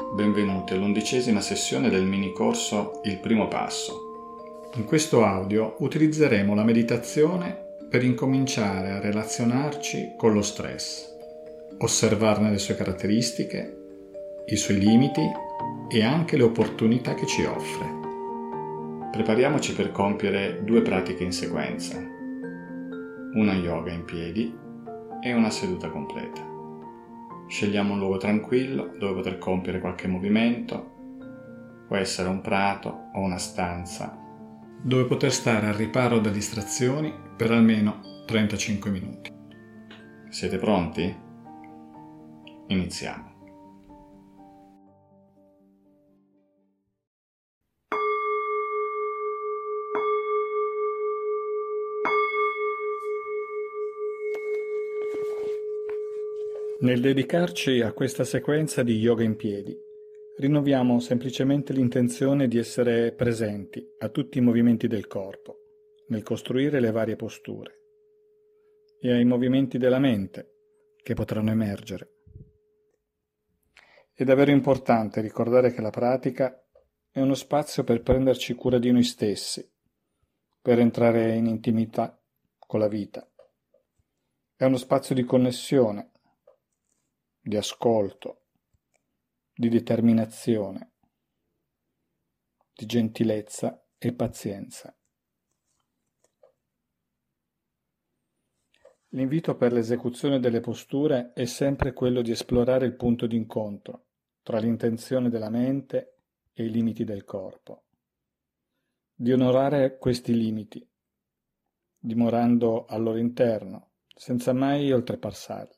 Benvenuti all'11ª sessione del mini corso Il primo passo. In questo audio utilizzeremo la meditazione per incominciare a relazionarci con lo stress, osservarne le sue caratteristiche, i suoi limiti e anche le opportunità che ci offre. Prepariamoci per compiere 2 pratiche in sequenza, una yoga in piedi e una seduta completa. Scegliamo un luogo tranquillo dove poter compiere qualche movimento, può essere un prato o una stanza, dove poter stare al riparo da distrazioni per almeno 35 minuti. Siete pronti? Iniziamo. Nel dedicarci a questa sequenza di yoga in piedi, rinnoviamo semplicemente l'intenzione di essere presenti a tutti i movimenti del corpo, nel costruire le varie posture, e ai movimenti della mente che potranno emergere. È davvero importante ricordare che la pratica è uno spazio per prenderci cura di noi stessi, per entrare in intimità con la vita. È uno spazio di connessione, di ascolto, di determinazione, di gentilezza e pazienza. L'invito per l'esecuzione delle posture è sempre quello di esplorare il punto d'incontro tra l'intenzione della mente e i limiti del corpo, di onorare questi limiti, dimorando al loro interno, senza mai oltrepassarli.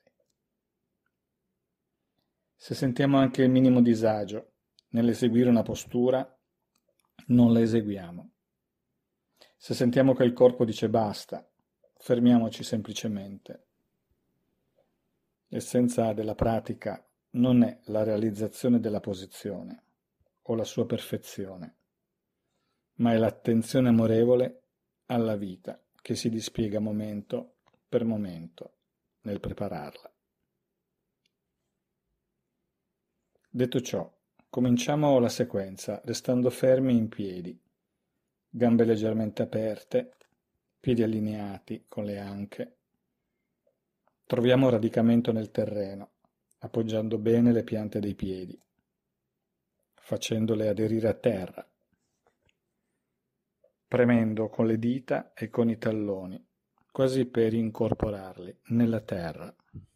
Se sentiamo anche il minimo disagio nell'eseguire una postura, non la eseguiamo. Se sentiamo che il corpo dice basta, fermiamoci semplicemente. L'essenza della pratica non è la realizzazione della posizione o la sua perfezione, ma è l'attenzione amorevole alla vita che si dispiega momento per momento nel prepararla. Detto ciò, cominciamo la sequenza restando fermi in piedi, gambe leggermente aperte, piedi allineati con le anche. Troviamo radicamento nel terreno, appoggiando bene le piante dei piedi, facendole aderire a terra, premendo con le dita e con i talloni, quasi per incorporarli nella terra.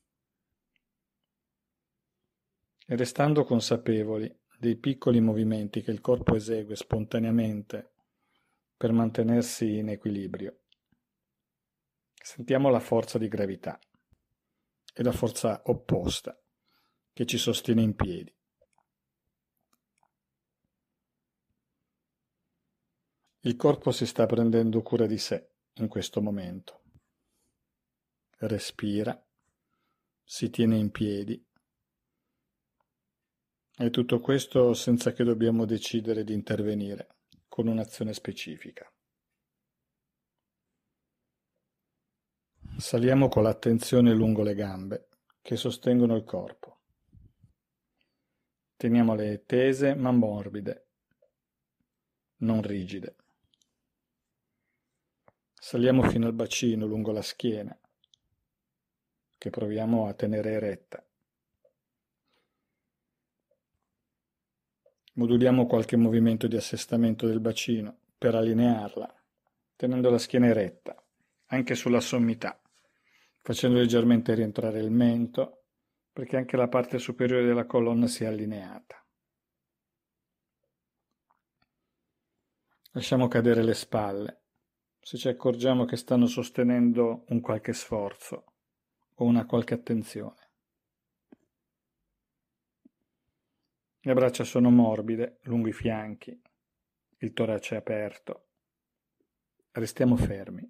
E restando consapevoli dei piccoli movimenti che il corpo esegue spontaneamente per mantenersi in equilibrio, sentiamo la forza di gravità e la forza opposta che ci sostiene in piedi. Il corpo si sta prendendo cura di sé in questo momento. Respira, si tiene in piedi, e tutto questo senza che dobbiamo decidere di intervenire con un'azione specifica. Saliamo con l'attenzione lungo le gambe che sostengono il corpo. Teniamole tese ma morbide, non rigide. Saliamo fino al bacino lungo la schiena, che proviamo a tenere eretta. Moduliamo qualche movimento di assestamento del bacino per allinearla, tenendo la schiena eretta, anche sulla sommità, facendo leggermente rientrare il mento, perché anche la parte superiore della colonna sia allineata. Lasciamo cadere le spalle, se ci accorgiamo che stanno sostenendo un qualche sforzo o una qualche attenzione. Le braccia sono morbide lungo i fianchi, il torace è aperto. Restiamo fermi.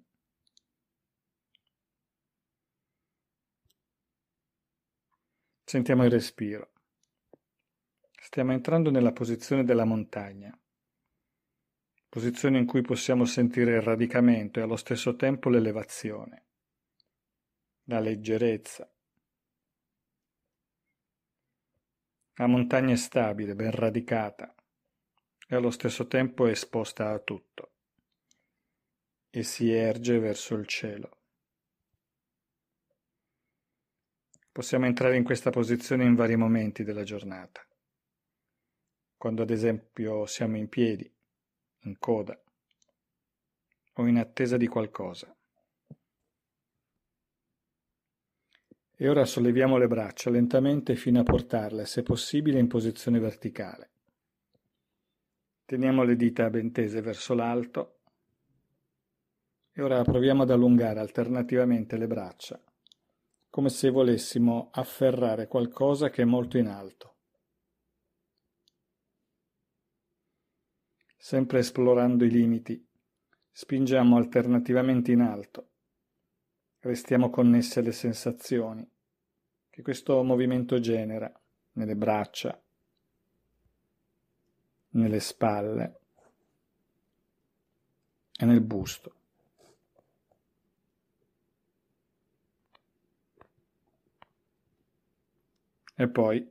Sentiamo il respiro. Stiamo entrando nella posizione della montagna, posizione in cui possiamo sentire il radicamento e allo stesso tempo l'elevazione, la leggerezza. La montagna è stabile, ben radicata e allo stesso tempo è esposta a tutto e si erge verso il cielo. Possiamo entrare in questa posizione in vari momenti della giornata, quando ad esempio siamo in piedi, in coda o in attesa di qualcosa. E ora solleviamo le braccia lentamente fino a portarle, se possibile, in posizione verticale. Teniamo le dita ben tese verso l'alto e ora proviamo ad allungare alternativamente le braccia, come se volessimo afferrare qualcosa che è molto in alto. Sempre esplorando i limiti, spingiamo alternativamente in alto. Restiamo connessi alle sensazioni che questo movimento genera nelle braccia, nelle spalle e nel busto. E poi,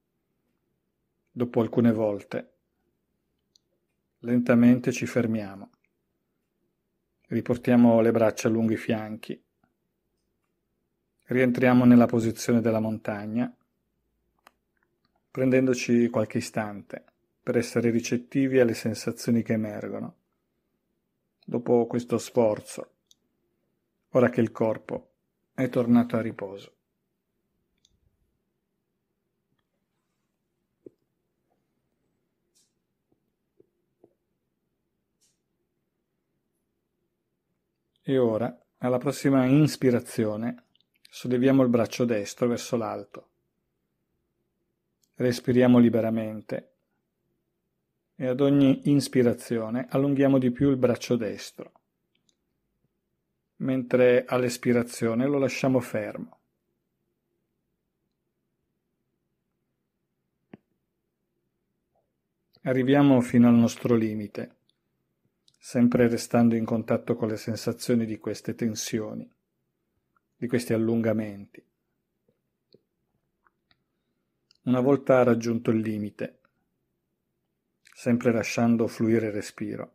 dopo alcune volte, lentamente ci fermiamo. Riportiamo le braccia lungo i fianchi. Rientriamo nella posizione della montagna, prendendoci qualche istante per essere ricettivi alle sensazioni che emergono. Dopo questo sforzo, ora che il corpo è tornato a riposo. E ora, alla prossima inspirazione, solleviamo il braccio destro verso l'alto. Respiriamo liberamente e ad ogni inspirazione allunghiamo di più il braccio destro, mentre all'espirazione lo lasciamo fermo. Arriviamo fino al nostro limite, sempre restando in contatto con le sensazioni di queste tensioni, di questi allungamenti. Una volta raggiunto il limite, sempre lasciando fluire il respiro,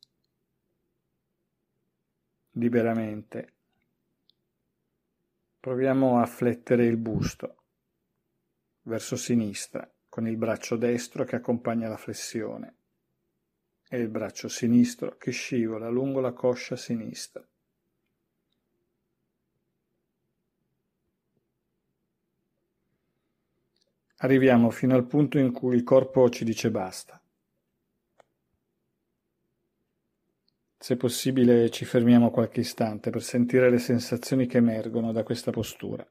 liberamente, proviamo a flettere il busto verso sinistra con il braccio destro che accompagna la flessione e il braccio sinistro che scivola lungo la coscia sinistra. Arriviamo fino al punto in cui il corpo ci dice basta. Se possibile ci fermiamo qualche istante per sentire le sensazioni che emergono da questa postura.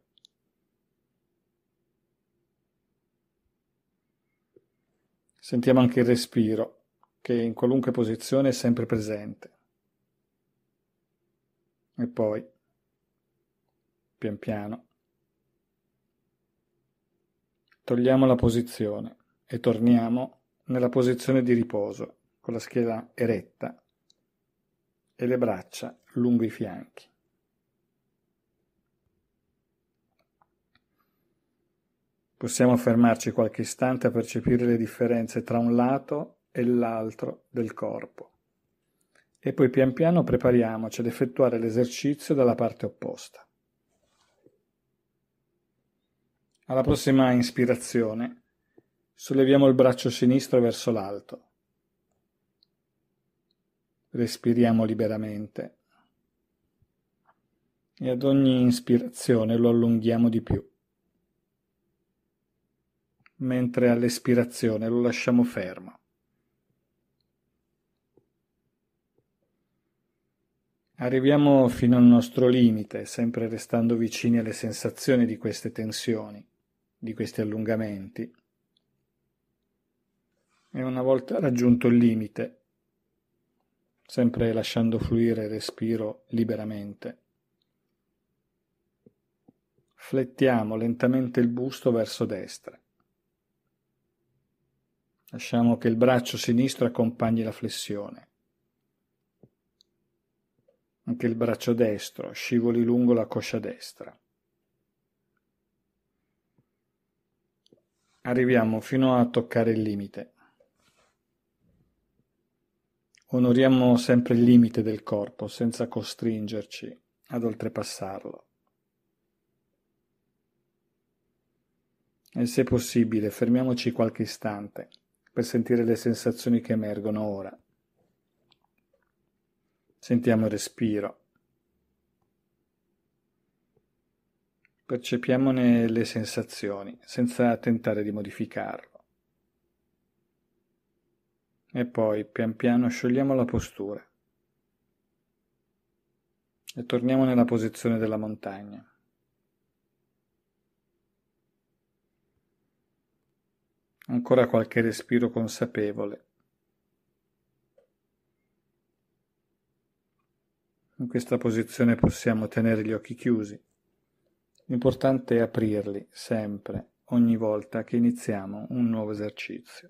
Sentiamo anche il respiro, che in qualunque posizione è sempre presente. E poi, pian piano, togliamo la posizione e torniamo nella posizione di riposo, con la schiena eretta e le braccia lungo i fianchi. Possiamo fermarci qualche istante a percepire le differenze tra un lato e l'altro del corpo. E poi pian piano prepariamoci ad effettuare l'esercizio dalla parte opposta. Alla prossima inspirazione, solleviamo il braccio sinistro verso l'alto. Respiriamo liberamente e ad ogni inspirazione lo allunghiamo di più, mentre all'espirazione lo lasciamo fermo. Arriviamo fino al nostro limite, sempre restando vicini alle sensazioni di queste tensioni, di questi allungamenti. E una volta raggiunto il limite, sempre lasciando fluire il respiro liberamente, flettiamo lentamente il busto verso destra. Lasciamo che il braccio sinistro accompagni la flessione. Anche il braccio destro scivoli lungo la coscia destra. arriviamo fino a toccare il limite. Onoriamo sempre il limite del corpo senza costringerci ad oltrepassarlo. E se possibile, fermiamoci qualche istante per sentire le sensazioni che emergono ora. Sentiamo il respiro. Percepiamone le sensazioni senza tentare di modificarlo. E poi, pian piano, sciogliamo la postura e torniamo nella posizione della montagna. Ancora qualche respiro consapevole. In questa posizione possiamo tenere gli occhi chiusi. L'importante è aprirli sempre, ogni volta che iniziamo un nuovo esercizio.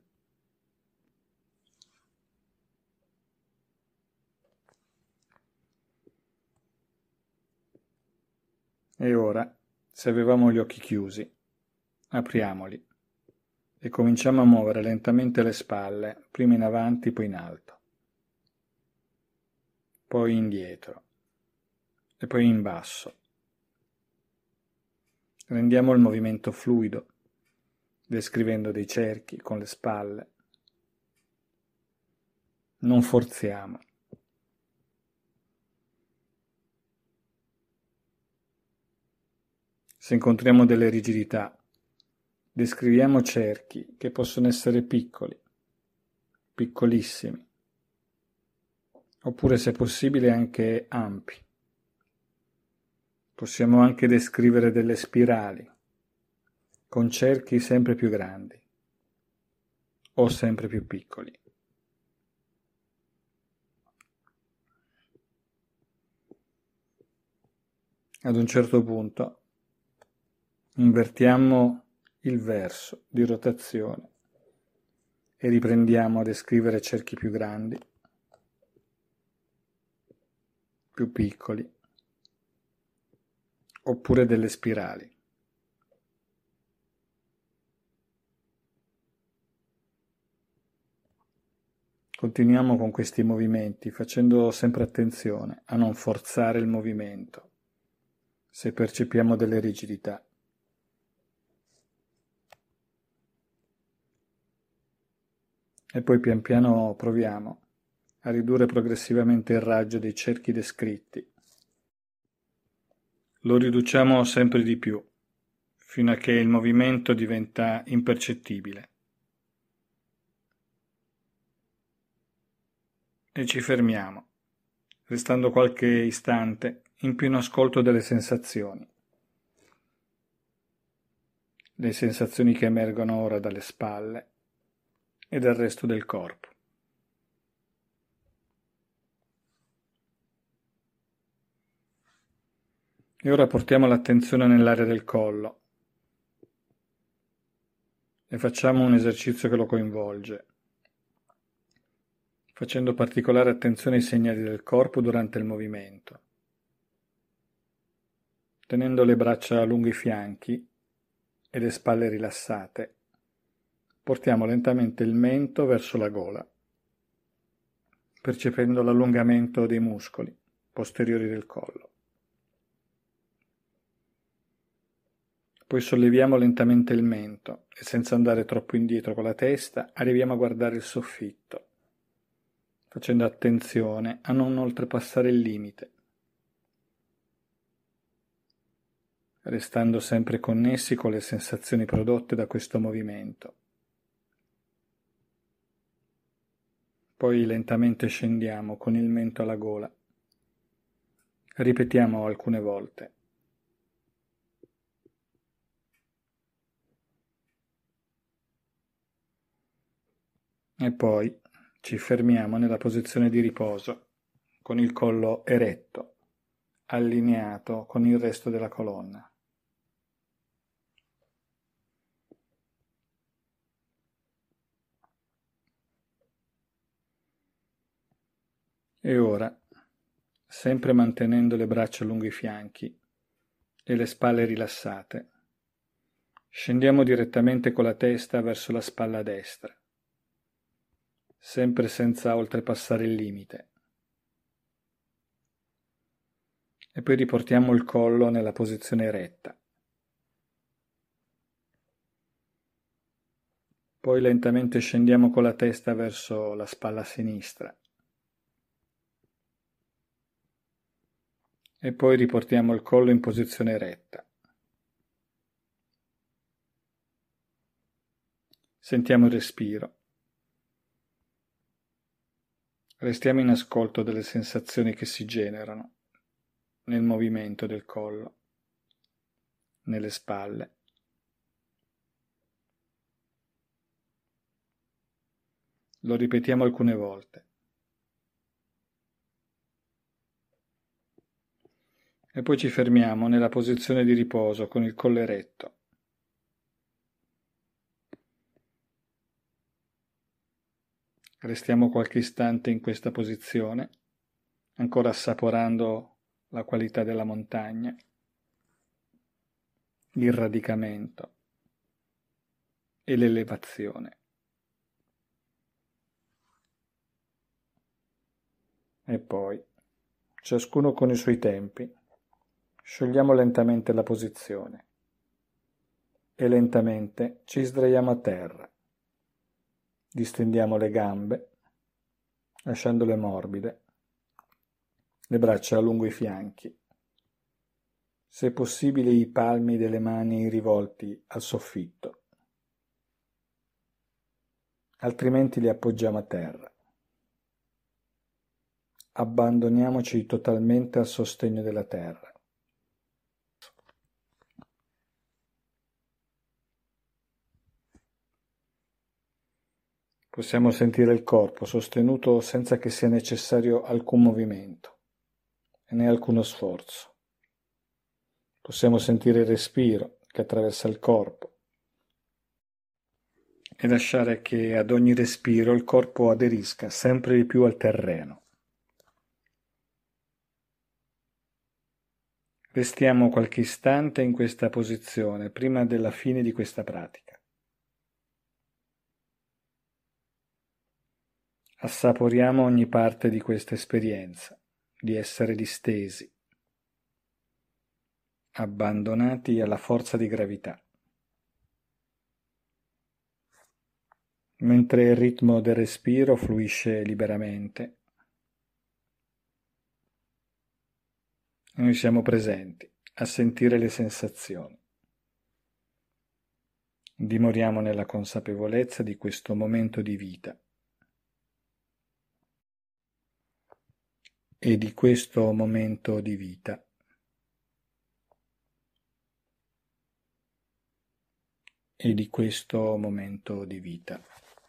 E ora, se avevamo gli occhi chiusi, apriamoli e cominciamo a muovere lentamente le spalle, prima in avanti, poi in alto, poi indietro e poi in basso. Rendiamo il movimento fluido, descrivendo dei cerchi con le spalle. Non forziamo. Se incontriamo delle rigidità, descriviamo cerchi che possono essere piccoli, piccolissimi, oppure se possibile anche ampi. Possiamo anche descrivere delle spirali, con cerchi sempre più grandi o sempre più piccoli. Ad un certo punto invertiamo il verso di rotazione e riprendiamo a descrivere cerchi più grandi, più piccoli, oppure delle spirali. Continuiamo con questi movimenti facendo sempre attenzione a non forzare il movimento se percepiamo delle rigidità. E poi pian piano proviamo a ridurre progressivamente il raggio dei cerchi descritti. Lo riduciamo sempre di più, fino a che il movimento diventa impercettibile. E ci fermiamo, restando qualche istante in pieno ascolto delle sensazioni. Le sensazioni che emergono ora dalle spalle e dal resto del corpo. E ora portiamo l'attenzione nell'area del collo e facciamo un esercizio che lo coinvolge, facendo particolare attenzione ai segnali del corpo durante il movimento, tenendo le braccia lungo i fianchi e le spalle rilassate. Portiamo lentamente il mento verso la gola, percependo l'allungamento dei muscoli posteriori del collo. Poi solleviamo lentamente il mento e senza andare troppo indietro con la testa arriviamo a guardare il soffitto, facendo attenzione a non oltrepassare il limite, restando sempre connessi con le sensazioni prodotte da questo movimento. Poi lentamente scendiamo con il mento alla gola. Ripetiamo alcune volte. E poi ci fermiamo nella posizione di riposo, con il collo eretto, allineato con il resto della colonna. E ora, sempre mantenendo le braccia lungo i fianchi e le spalle rilassate, Scendiamo direttamente con la testa verso la spalla destra, sempre senza oltrepassare il limite. E poi riportiamo il collo nella posizione retta. Poi lentamente scendiamo con la testa verso la spalla sinistra. E poi riportiamo il collo in posizione retta. Sentiamo il respiro. Restiamo in ascolto delle sensazioni che si generano nel movimento del collo, nelle spalle. Lo ripetiamo alcune volte. E poi ci fermiamo nella posizione di riposo con il collo eretto. Restiamo qualche istante in questa posizione, ancora assaporando la qualità della montagna, il radicamento e l'elevazione. E poi, ciascuno con i suoi tempi, sciogliamo lentamente la posizione e lentamente ci sdraiamo a terra. Distendiamo le gambe, lasciandole morbide, le braccia lungo i fianchi, se possibile i palmi delle mani rivolti al soffitto, altrimenti li appoggiamo a terra. Abbandoniamoci totalmente al sostegno della terra. Possiamo sentire il corpo sostenuto senza che sia necessario alcun movimento e né alcuno sforzo. Possiamo sentire il respiro che attraversa il corpo e lasciare che ad ogni respiro il corpo aderisca sempre di più al terreno. Restiamo qualche istante in questa posizione prima della fine di questa pratica. Assaporiamo ogni parte di questa esperienza, di essere distesi, abbandonati alla forza di gravità. Mentre il ritmo del respiro fluisce liberamente, noi siamo presenti a sentire le sensazioni. Dimoriamo nella consapevolezza di questo momento di vita e di questo momento di vita e di questo momento di vita.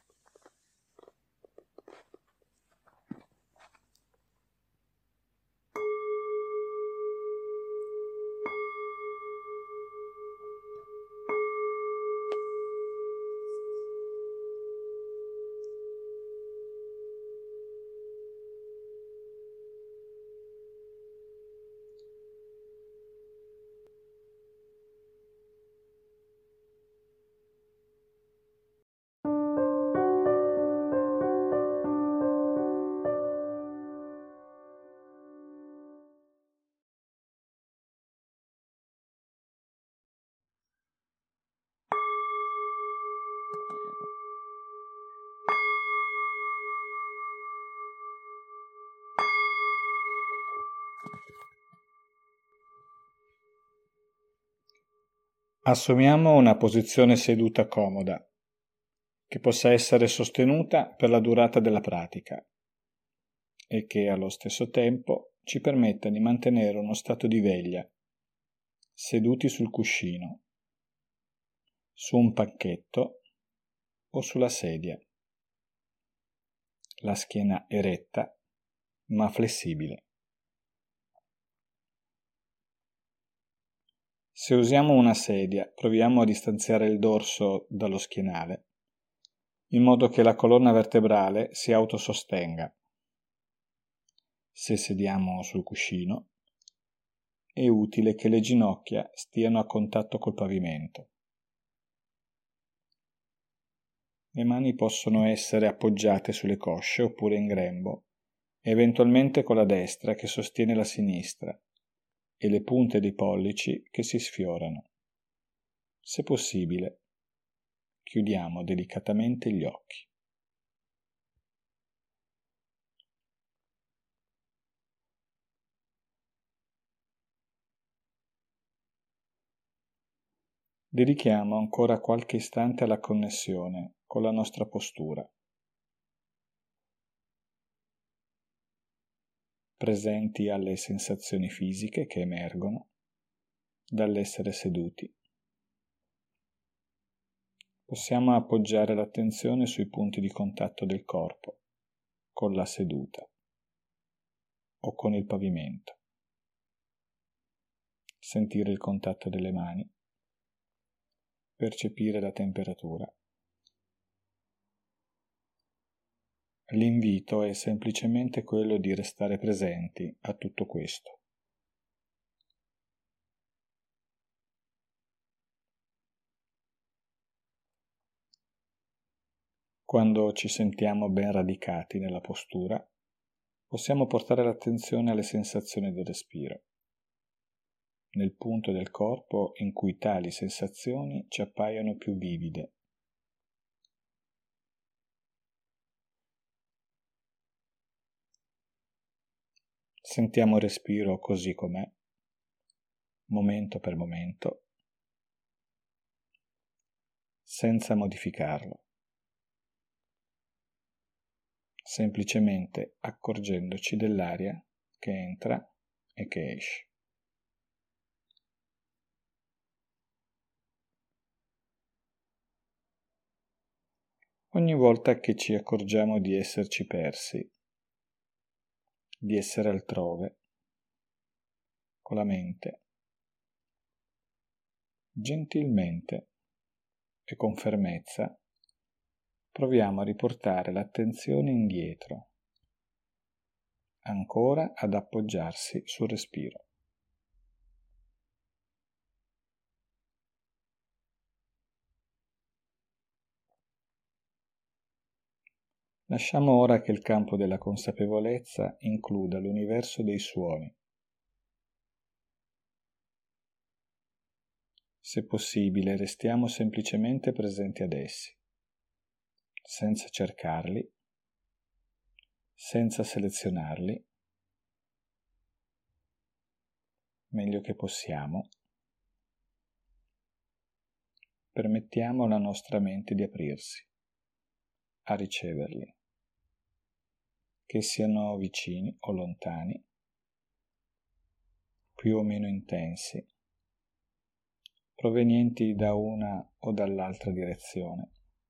Assumiamo una posizione seduta comoda, che possa essere sostenuta per la durata della pratica e che allo stesso tempo ci permetta di mantenere uno stato di veglia, seduti sul cuscino, su un pacchetto o sulla sedia, la schiena eretta ma flessibile. Se usiamo una sedia, proviamo a distanziare il dorso dallo schienale, in modo che la colonna vertebrale si autosostenga. Se sediamo sul cuscino, è utile che le ginocchia stiano a contatto col pavimento. Le mani possono essere appoggiate sulle cosce oppure in grembo, eventualmente con la destra che sostiene la sinistra e le punte dei pollici che si sfiorano. Se possibile, chiudiamo delicatamente gli occhi. Dedichiamo ancora qualche istante alla connessione con la nostra postura, presenti alle sensazioni fisiche che emergono dall'essere seduti. Possiamo appoggiare l'attenzione sui punti di contatto del corpo, con la seduta o con il pavimento. Sentire il contatto delle mani, percepire la temperatura. L'invito è semplicemente quello di restare presenti a tutto questo. Quando ci sentiamo ben radicati nella postura, possiamo portare l'attenzione alle sensazioni del respiro, nel punto del corpo in cui tali sensazioni ci appaiono più vivide. Sentiamo il respiro così com'è, momento per momento, senza modificarlo, semplicemente accorgendoci dell'aria che entra e che esce. Ogni volta che ci accorgiamo di esserci persi, di essere altrove, con la mente, gentilmente e con fermezza, proviamo a riportare l'attenzione indietro, ancora ad appoggiarsi sul respiro. Lasciamo ora che il campo della consapevolezza includa l'universo dei suoni. Se possibile, restiamo semplicemente presenti ad essi, senza cercarli, senza selezionarli, meglio che possiamo. Permettiamo alla nostra mente di aprirsi, a riceverli, che siano vicini o lontani, più o meno intensi, provenienti da una o dall'altra direzione.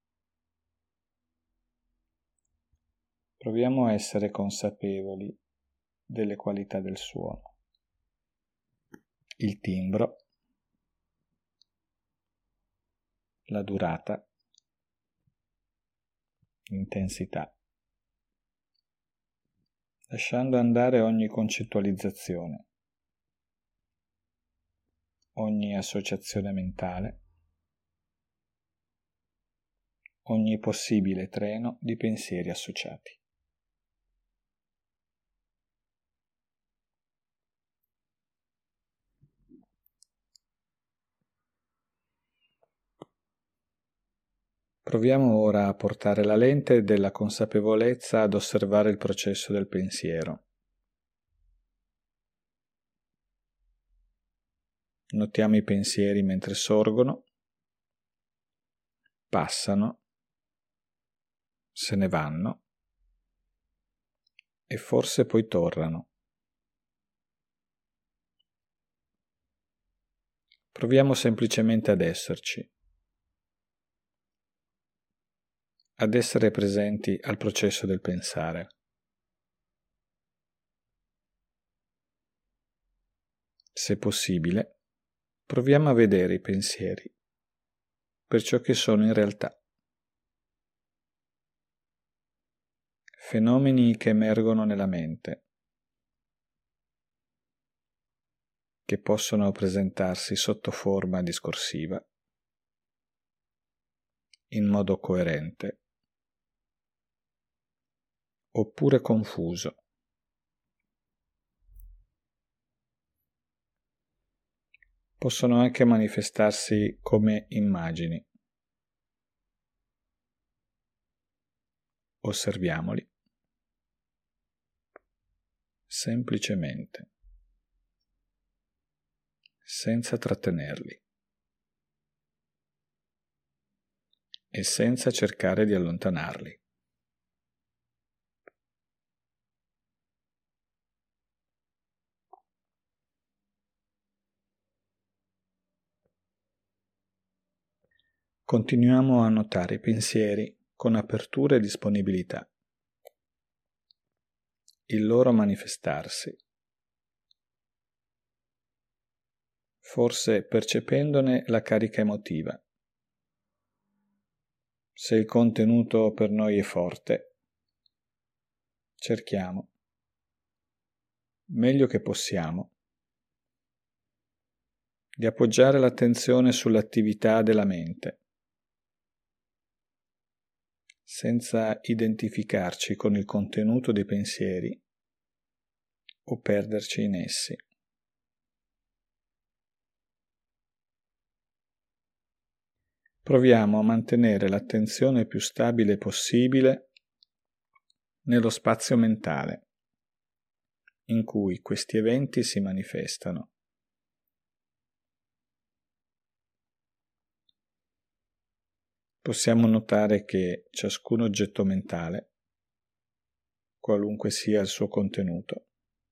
Proviamo a essere consapevoli delle qualità del suono, il timbro, la durata, l'intensità, lasciando andare ogni concettualizzazione, ogni associazione mentale, ogni possibile treno di pensieri associati. Proviamo ora a portare la lente della consapevolezza ad osservare il processo del pensiero. Notiamo i pensieri mentre sorgono, passano, se ne vanno e forse poi tornano. Proviamo semplicemente ad esserci, ad essere presenti al processo del pensare. Se possibile, proviamo a vedere i pensieri per ciò che sono in realtà. Fenomeni che emergono nella mente, che possono presentarsi sotto forma discorsiva, in modo coerente oppure confuso. Possono anche manifestarsi come immagini. Osserviamoli semplicemente, senza trattenerli e senza cercare di allontanarli. Continuiamo a notare i pensieri con apertura e disponibilità, il loro manifestarsi, forse percependone la carica emotiva. Se il contenuto per noi è forte, cerchiamo, meglio che possiamo, di appoggiare l'attenzione sull'attività della mente, senza identificarci con il contenuto dei pensieri o perderci in essi. Proviamo a mantenere l'attenzione più stabile possibile nello spazio mentale in cui questi eventi si manifestano. Possiamo notare che ciascun oggetto mentale, qualunque sia il suo contenuto,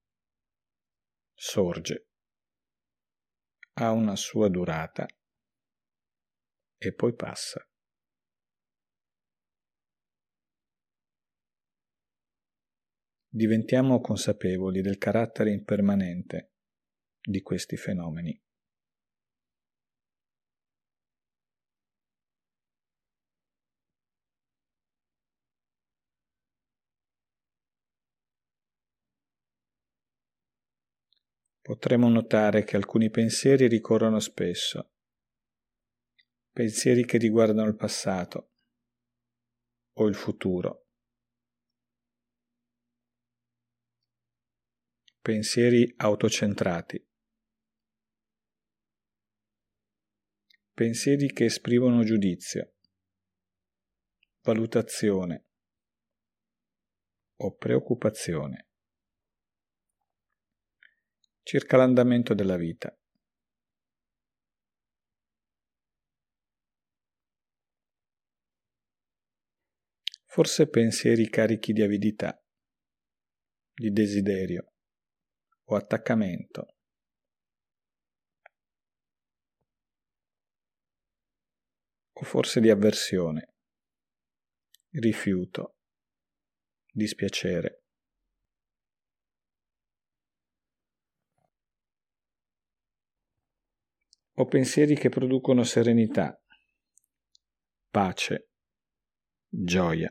sorge, ha una sua durata e poi passa. Diventiamo consapevoli del carattere impermanente di questi fenomeni. Potremo notare che alcuni pensieri ricorrono spesso, pensieri che riguardano il passato o il futuro, pensieri autocentrati, pensieri che esprimono giudizio, valutazione o preoccupazione circa l'andamento della vita. Forse pensieri carichi di avidità, di desiderio o attaccamento. O forse di avversione, rifiuto, dispiacere. O pensieri che producono serenità, pace, gioia.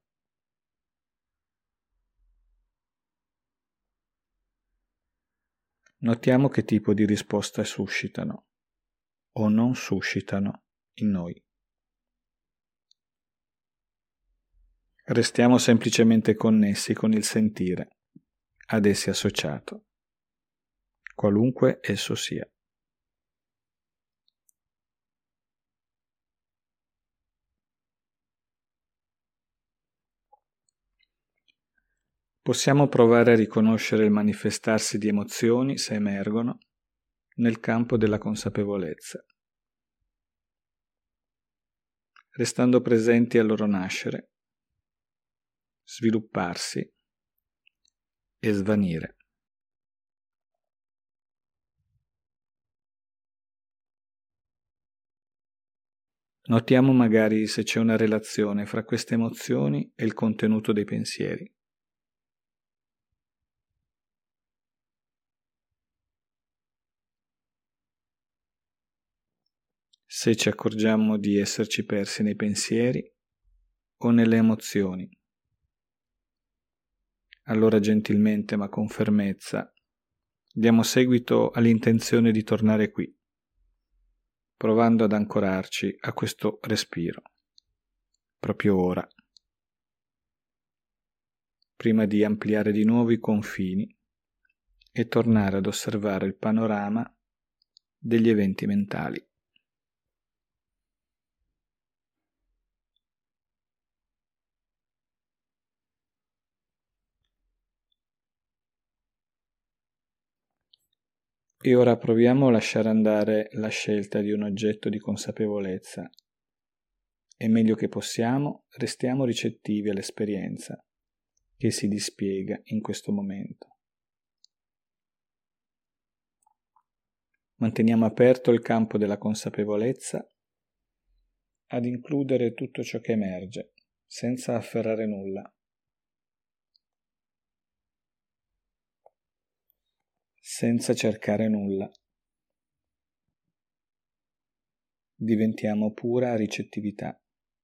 Notiamo che tipo di risposta suscitano o non suscitano in noi. Restiamo semplicemente connessi con il sentire, ad essi associato, qualunque esso sia. Possiamo provare a riconoscere il manifestarsi di emozioni, se emergono, nel campo della consapevolezza, restando presenti al loro nascere, svilupparsi e svanire. Notiamo magari se c'è una relazione fra queste emozioni e il contenuto dei pensieri. Se ci accorgiamo di esserci persi nei pensieri o nelle emozioni, allora gentilmente ma con fermezza diamo seguito all'intenzione di tornare qui, provando ad ancorarci a questo respiro. proprio ora, prima di ampliare di nuovo i confini e tornare ad osservare il panorama degli eventi mentali. E ora proviamo a lasciare andare la scelta di un oggetto di consapevolezza e meglio che possiamo restiamo ricettivi all'esperienza che si dispiega in questo momento. Manteniamo aperto il campo della consapevolezza ad includere tutto ciò che emerge, senza afferrare nulla. Senza cercare nulla. Diventiamo pura ricettività,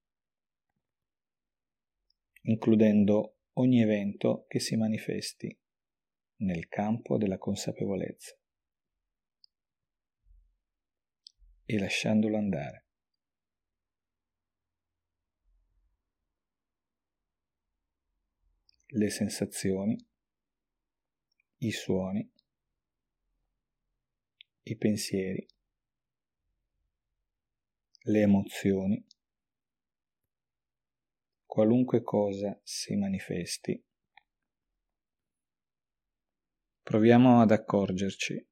includendo ogni evento che si manifesti nel campo della consapevolezza e lasciandolo andare. Le sensazioni, i suoni, i pensieri, le emozioni, qualunque cosa si manifesti, proviamo ad accorgerci.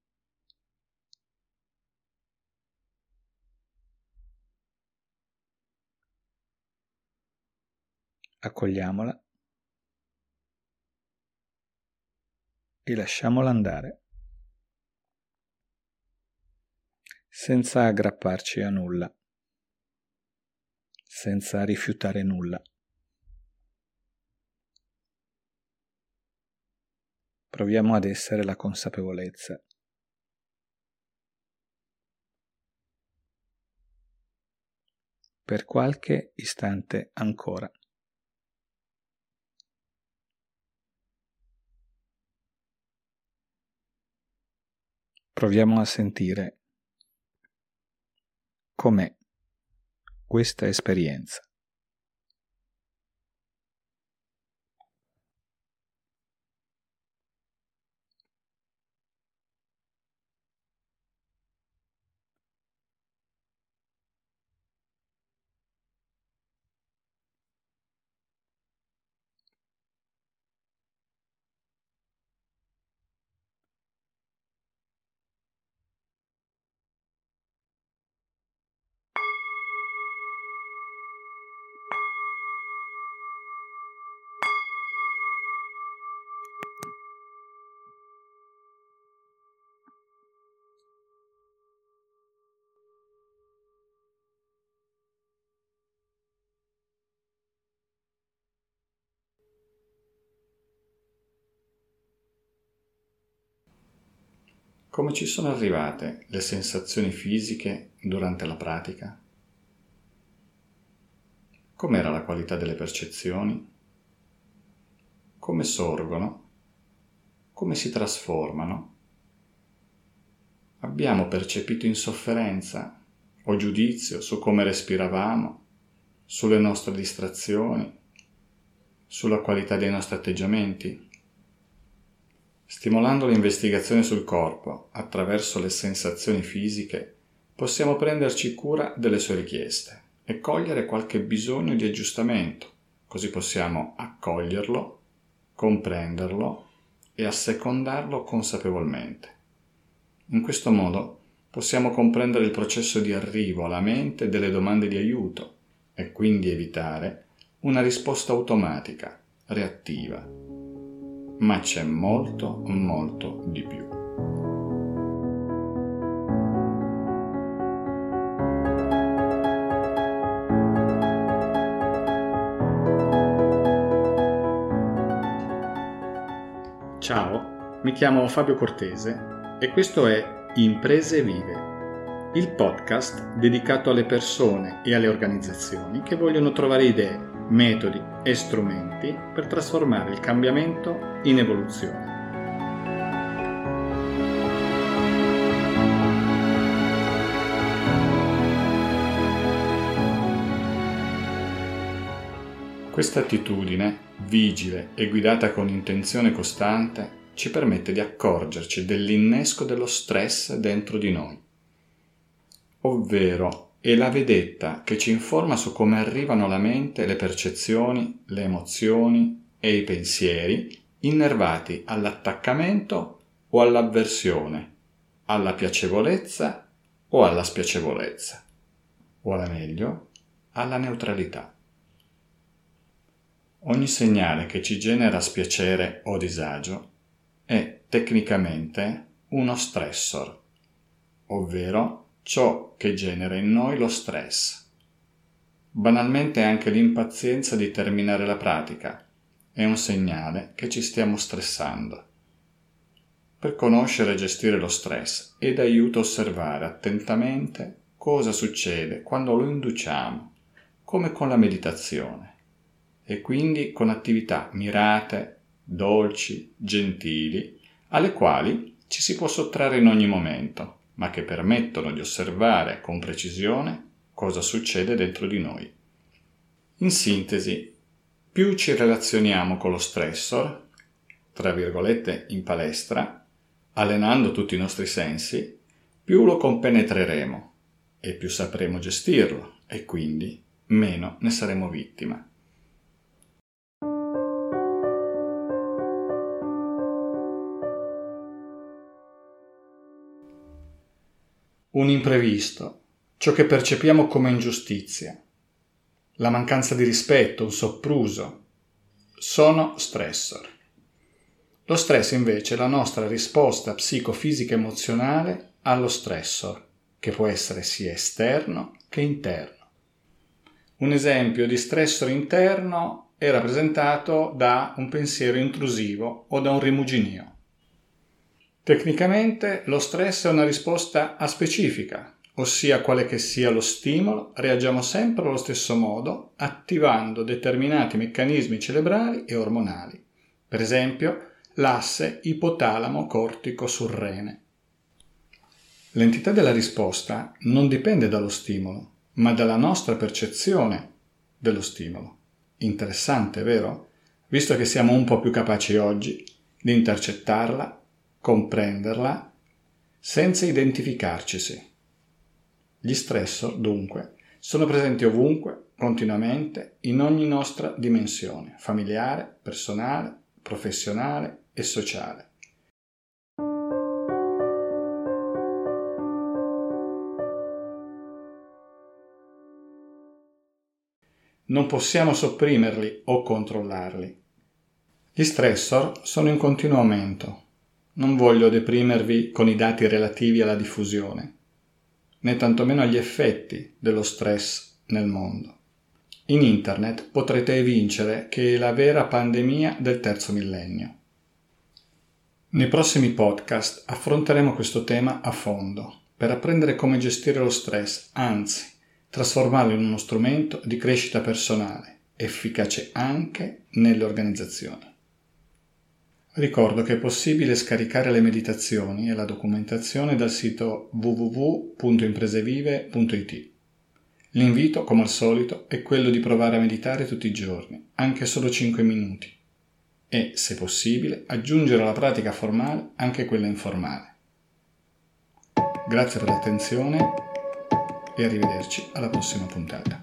Accogliamola e lasciamola andare, senza aggrapparci a nulla, senza rifiutare nulla. Proviamo ad essere la consapevolezza. Per qualche istante ancora. Proviamo a sentire com'è questa esperienza. Come ci sono arrivate le sensazioni fisiche durante la pratica? Com'era la qualità delle percezioni? Come sorgono? Come si trasformano? Abbiamo percepito insofferenza o giudizio su come respiravamo, sulle nostre distrazioni, sulla qualità dei nostri atteggiamenti? Stimolando l'investigazione sul corpo attraverso le sensazioni fisiche, possiamo prenderci cura delle sue richieste e cogliere qualche bisogno di aggiustamento, così possiamo accoglierlo, comprenderlo e assecondarlo consapevolmente. In questo modo possiamo comprendere il processo di arrivo alla mente delle domande di aiuto e quindi evitare una risposta automatica, reattiva. Ma c'è molto, molto di più. Ciao, mi chiamo Fabio Cortese e questo è Imprese Vive, il podcast dedicato alle persone e alle organizzazioni che vogliono trovare idee, metodi e strumenti per trasformare il cambiamento in evoluzione. Questa attitudine, vigile e guidata con intenzione costante, ci permette di accorgerci dell'innesco dello stress dentro di noi, ovvero è la vedetta che ci informa su come arrivano alla mente le percezioni, le emozioni e i pensieri innervati all'attaccamento o all'avversione, alla piacevolezza o alla spiacevolezza, o alla meglio, alla neutralità. Ogni segnale che ci genera spiacere o disagio è tecnicamente uno stressor, ovvero ciò che genera in noi lo stress. Banalmente anche l'impazienza di terminare la pratica è un segnale che ci stiamo stressando. Per conoscere e gestire lo stress è d'aiuto osservare attentamente cosa succede quando lo induciamo, come con la meditazione, e quindi con attività mirate, dolci, gentili, alle quali ci si può sottrarre in ogni momento, ma che permettono di osservare con precisione cosa succede dentro di noi. In sintesi, più ci relazioniamo con lo stressor, tra virgolette in palestra, allenando tutti i nostri sensi, più lo compenetreremo e più sapremo gestirlo e quindi meno ne saremo vittima. Un imprevisto, ciò che percepiamo come ingiustizia, la mancanza di rispetto, un sopruso, sono stressor. Lo stress invece è la nostra risposta psicofisica emozionale allo stressor, che può essere sia esterno che interno. Un esempio di stressor interno è rappresentato da un pensiero intrusivo o da un rimuginio. Tecnicamente lo stress è una risposta aspecifica, ossia quale che sia lo stimolo, reagiamo sempre allo stesso modo, attivando determinati meccanismi cerebrali e ormonali, per esempio l'asse ipotalamo-cortico-surrene. L'entità della risposta non dipende dallo stimolo, ma dalla nostra percezione dello stimolo. Interessante, vero? Visto che siamo un po' più capaci oggi di intercettarla, comprenderla, senza identificarcisi. Gli stressor, dunque, sono presenti ovunque, continuamente, in ogni nostra dimensione, familiare, personale, professionale e sociale. Non possiamo sopprimerli o controllarli. Gli stressor sono in continuo aumento. Non voglio deprimervi con i dati relativi alla diffusione, né tantomeno agli effetti dello stress nel mondo. In internet potrete evincere che è la vera pandemia del terzo millennio. Nei prossimi podcast affronteremo questo tema a fondo per apprendere come gestire lo stress, anzi, trasformarlo in uno strumento di crescita personale, efficace anche nelle organizzazioni. Ricordo che è possibile scaricare le meditazioni e la documentazione dal sito www.impresevive.it. L'invito, come al solito, è quello di provare a meditare tutti i giorni, anche solo 5 minuti, e, se possibile, aggiungere alla pratica formale anche quella informale. Grazie per l'attenzione e arrivederci alla prossima puntata.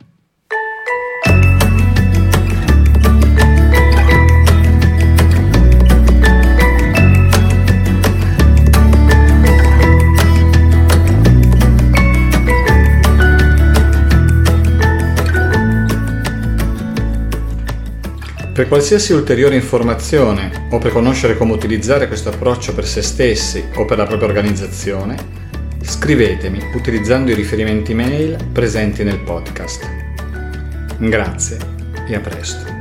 Per qualsiasi ulteriore informazione o per conoscere come utilizzare questo approccio per se stessi o per la propria organizzazione, scrivetemi utilizzando i riferimenti mail presenti nel podcast. Grazie e a presto.